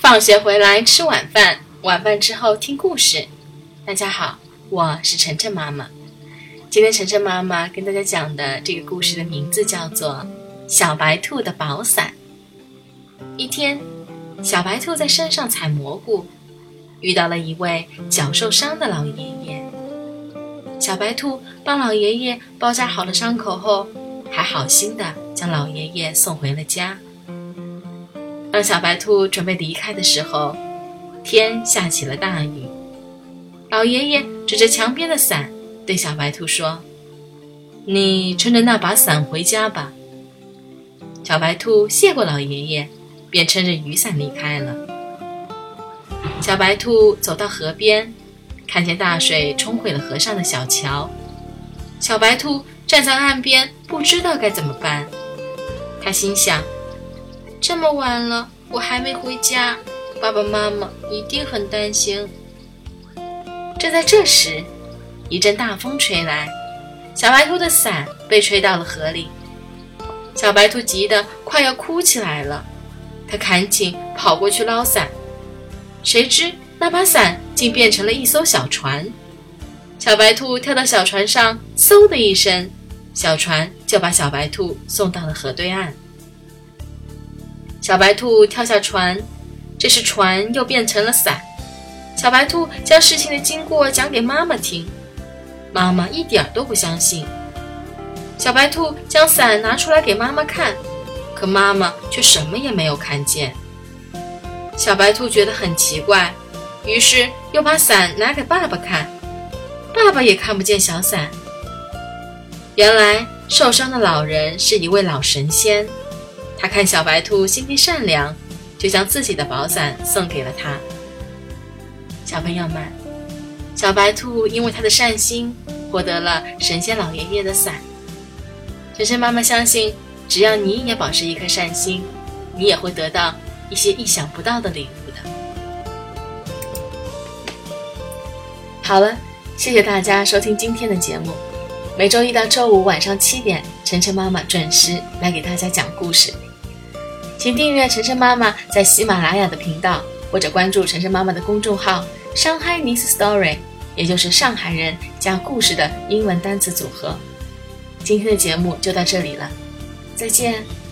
放学回来吃晚饭，晚饭之后听故事。大家好，我是晨晨妈妈。今天晨晨妈妈跟大家讲的这个故事的名字叫做小白兔的宝伞。一天，小白兔在山上采蘑菇，遇到了一位脚受伤的老爷爷。小白兔帮老爷爷包扎好了伤口后，还好心地将老爷爷送回了家。当小白兔准备离开的时候，天下起了大雨。老爷爷指着墙边的伞对小白兔说：你撑着那把伞回家吧。小白兔谢过老爷爷，便撑着雨伞离开了。小白兔走到河边，看见大水冲毁了河上的小桥。小白兔站在岸边，不知道该怎么办。他心想，这么晚了，我还没回家，爸爸妈妈一定很担心。正在这时，一阵大风吹来，小白兔的伞被吹到了河里。小白兔急得快要哭起来了，他赶紧跑过去捞伞，谁知那把伞竟变成了一艘小船。小白兔跳到小船上，嗖的一声，小船就把小白兔送到了河对岸。小白兔跳下船，这时船又变成了伞。小白兔将事情的经过讲给妈妈听，妈妈一点都不相信。小白兔将伞拿出来给妈妈看，可妈妈却什么也没有看见。小白兔觉得很奇怪，于是又把伞拿给爸爸看，爸爸也看不见小伞。原来受伤的老人是一位老神仙，他看小白兔心地善良，就将自己的宝伞送给了他。小朋友们，小白兔因为他的善心获得了神仙老爷爷的伞。晨晨妈妈相信，只要你也保持一颗善心，你也会得到一些意想不到的礼物的。好了，谢谢大家收听今天的节目。每周一到周五晚上7点，晨晨妈妈准时来给大家讲故事。请订阅晨晨妈妈在喜马拉雅的频道，或者关注晨晨妈妈的公众号上海 Nice Story， 也就是上海人加故事的英文单词组合。今天的节目就到这里了，再见。